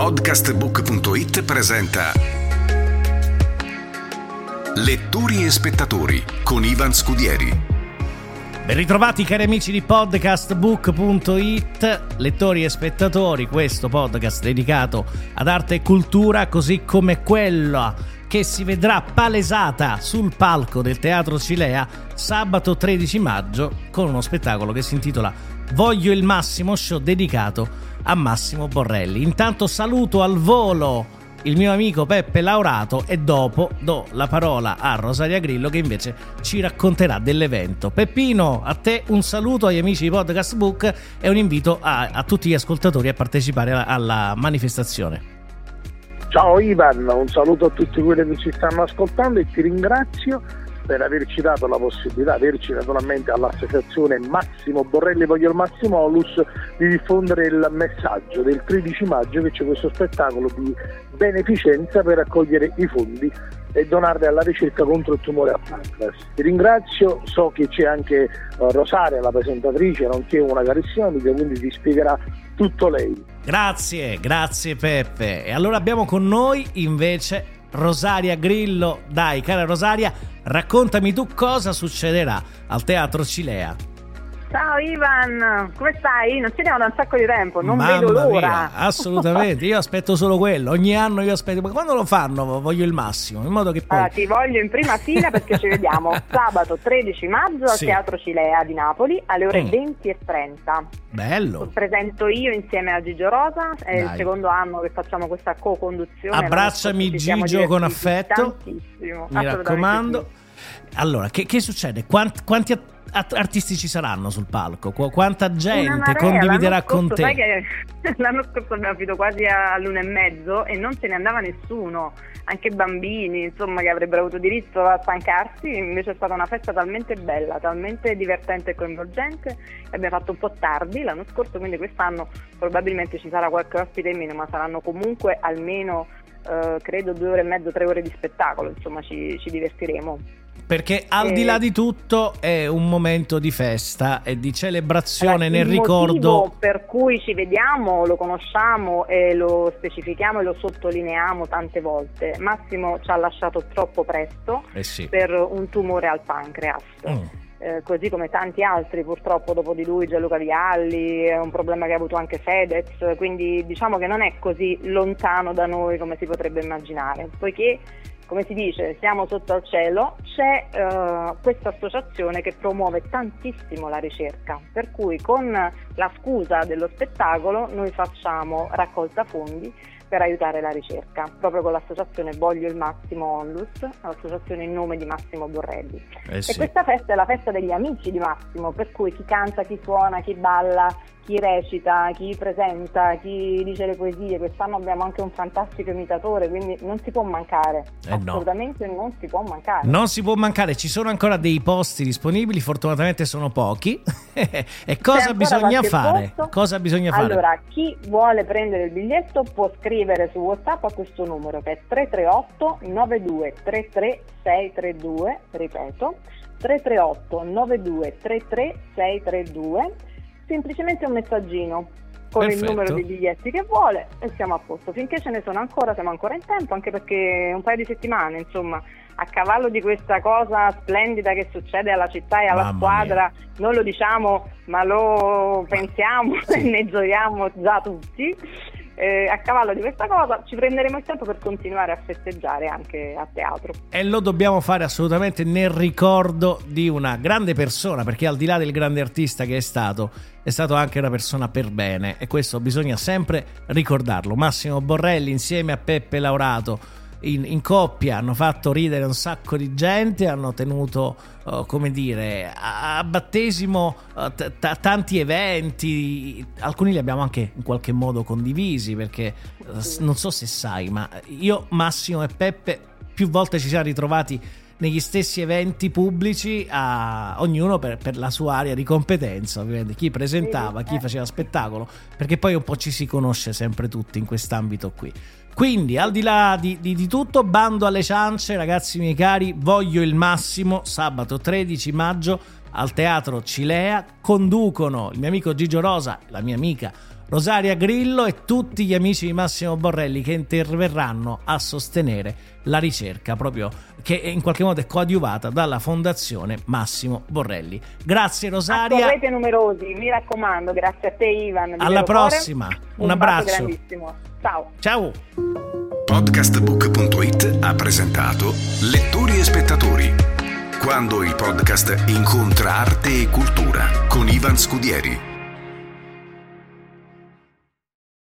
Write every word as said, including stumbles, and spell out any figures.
Podcastbook punto it presenta Lettori e spettatori con Ivan Scudieri. Ben ritrovati cari amici di Podcastbook punto it, lettori e spettatori, questo podcast dedicato ad arte e cultura, così come quella che si vedrà palesata sul palco del Teatro Cilea sabato tredici maggio con uno spettacolo che si intitola Voglio il Massimo, show dedicato a Massimo Borrelli. Intanto saluto al volo il mio amico Peppe Laurato e dopo do la parola a Rosaria Grillo che invece ci racconterà dell'evento. Peppino, a te un saluto, agli amici di Podcast Book e un invito a, a tutti gli ascoltatori a partecipare alla, alla manifestazione. Ciao Ivan, un saluto a tutti quelli che ci stanno ascoltando e ti ringrazio per averci dato la possibilità, averci naturalmente all'associazione Massimo Borrelli Voglio il Massimo Onlus, di diffondere il messaggio del tredici maggio che c'è questo spettacolo di beneficenza per raccogliere i fondi e donarli alla ricerca contro il tumore al pancreas. Ti ringrazio, so che c'è anche uh, Rosaria, la presentatrice, nonché una carissima amica, quindi ti spiegherà tutto lei. Grazie, grazie Peppe. E allora abbiamo con noi invece Rosaria Grillo. Dai, cara Rosaria, raccontami tu cosa succederà al Teatro Cilea. Ciao Ivan, come stai? Non ci vediamo da un sacco di tempo, non Mamma vedo l'ora. Mia, assolutamente, io aspetto solo quello, ogni anno io aspetto, ma quando lo fanno Voglio il Massimo, in modo che poi... Allora, ti voglio in prima fila perché ci vediamo sabato tredici maggio al sì. Teatro Cilea di Napoli alle ore mm. venti e trenta. Bello. Presento io insieme a Gigio Rosa, è Dai. il secondo anno che facciamo questa co-conduzione. Abbracciami Gigio con affetto, tantissimo, mi raccomando. Sì. Allora, che, che succede? Quanti, quanti artisti ci saranno sul palco? Qu- quanta gente marea, condividerà scorso, con te? Sai che l'anno scorso abbiamo finito quasi all'una e mezzo e non se ne andava nessuno, anche bambini, insomma, che avrebbero avuto diritto a stancarsi. Invece è stata una festa talmente bella, talmente divertente e coinvolgente che abbiamo fatto un po' tardi l'anno scorso, quindi quest'anno probabilmente ci sarà qualche ospite in meno, ma saranno comunque almeno Uh, credo due ore e mezzo, tre ore di spettacolo, insomma ci, ci divertiremo. Perché al e... di là di tutto è un momento di festa e di celebrazione, allora, nel il ricordo. Motivo per cui ci vediamo, lo conosciamo e lo specifichiamo e lo sottolineiamo tante volte. Massimo ci ha lasciato troppo presto eh sì. per un tumore al pancreas. Mm. Eh, così come tanti altri purtroppo dopo di lui, Gianluca Vialli, è un problema che ha avuto anche Fedez, quindi diciamo che non è così lontano da noi come si potrebbe immaginare, poiché come si dice siamo sotto al cielo, c'è uh, questa associazione che promuove tantissimo la ricerca, per cui con la scusa dello spettacolo noi facciamo raccolta fondi per aiutare la ricerca, proprio con l'associazione Voglio il Massimo Onlus, l'associazione in nome di Massimo Borrelli. Eh sì. E questa festa è la festa degli amici di Massimo, per cui chi canta, chi suona, chi balla, chi recita, chi presenta, chi dice le poesie. Quest'anno abbiamo anche un fantastico imitatore, quindi non si può mancare, eh assolutamente no. non si può mancare. Non si può mancare, ci sono ancora dei posti disponibili, fortunatamente sono pochi. E cosa bisogna fare? Posto? Cosa bisogna fare? Allora, chi vuole prendere il biglietto può scrivere su WhatsApp a questo numero che è tre tre otto nove due tre tre sei tre due, ripeto tre tre otto nove due tre tre sei tre due, semplicemente un messaggino con Perfetto. Il numero dei biglietti che vuole e siamo a posto. Finché ce ne sono ancora siamo ancora in tempo, anche perché un paio di settimane, insomma, a cavallo di questa cosa splendida che succede alla città e alla Mamma squadra, mia. non lo diciamo ma lo pensiamo e sì. ne gioiamo già tutti. Eh, a cavallo di questa cosa ci prenderemo il tempo per continuare a festeggiare anche a teatro. E lo dobbiamo fare assolutamente nel ricordo di una grande persona, perché al di là del grande artista che è stato, è stato anche una persona per bene, e questo bisogna sempre ricordarlo. Massimo Borrelli insieme a Peppe Laurato in, in coppia hanno fatto ridere un sacco di gente, hanno tenuto uh, come dire a, a battesimo uh, t- t- tanti eventi, alcuni li abbiamo anche in qualche modo condivisi, perché uh, non so se sai, ma io, Massimo e Peppe più volte ci siamo ritrovati negli stessi eventi pubblici, a ognuno per, per la sua area di competenza, ovviamente chi presentava, chi faceva spettacolo, perché poi un po' ci si conosce sempre tutti in quest'ambito qui. Quindi al di là di, di, di tutto, bando alle ciance, ragazzi miei cari, Voglio il Massimo sabato tredici maggio al Teatro Cilea. Conducono il mio amico Gigio Rosa, la mia amica Rosaria Grillo e tutti gli amici di Massimo Borrelli che interverranno a sostenere la ricerca proprio che in qualche modo è coadiuvata dalla Fondazione Massimo Borrelli. Grazie Rosaria. Accorrete numerosi, mi raccomando. Grazie a te Ivan. Alla prossima. Un, Un abbraccio. grandissimo. Ciao. Ciao. Podcastbook punto it ha presentato Lettori e spettatori, quando il podcast incontra arte e cultura con Ivan Scudieri.